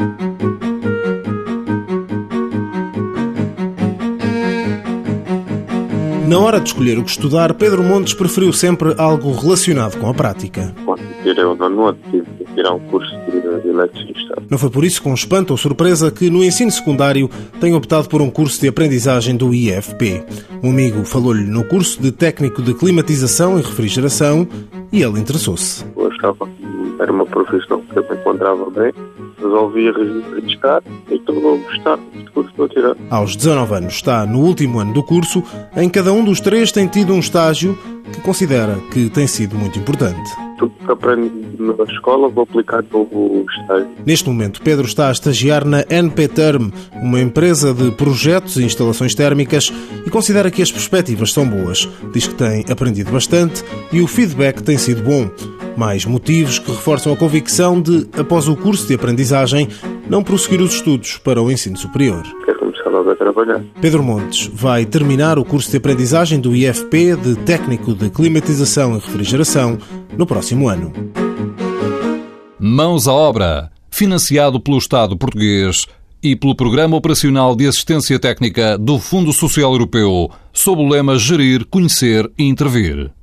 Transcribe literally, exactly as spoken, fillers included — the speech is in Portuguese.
Na hora de escolher o que estudar, Pedro Montes preferiu sempre algo relacionado com a prática. Quando tirei o nono ano, tive que tirar um curso de eletricista. Não foi por isso com espanto ou surpresa que no ensino secundário tem optado por um curso de aprendizagem do I F P. Um amigo falou-lhe no curso de técnico de climatização e refrigeração e ele interessou-se. Eu achava que era uma profissão que eu me encontrava bem. Resolvi arriscar e estou a gostar deste curso que estou a tirar. Aos dezanove anos está no último ano do curso, em cada um dos três tem tido um estágio que considera que tem sido muito importante. Tudo que aprendo na escola vou aplicar no estágio. Neste momento, Pedro está a estagiar na N P Term, uma empresa de projetos e instalações térmicas, e considera que as perspectivas são boas. Diz que tem aprendido bastante e o feedback tem sido bom. Mais motivos que reforçam a convicção de, após o curso de aprendizagem, não prosseguir os estudos para o ensino superior. Quero começar logo a trabalhar. Pedro Montes vai terminar o curso de aprendizagem do I F P de técnico de climatização e refrigeração no próximo ano. Mãos à obra, financiado pelo Estado português e pelo Programa Operacional de Assistência Técnica do Fundo Social Europeu, sob o lema Gerir, Conhecer e Intervir.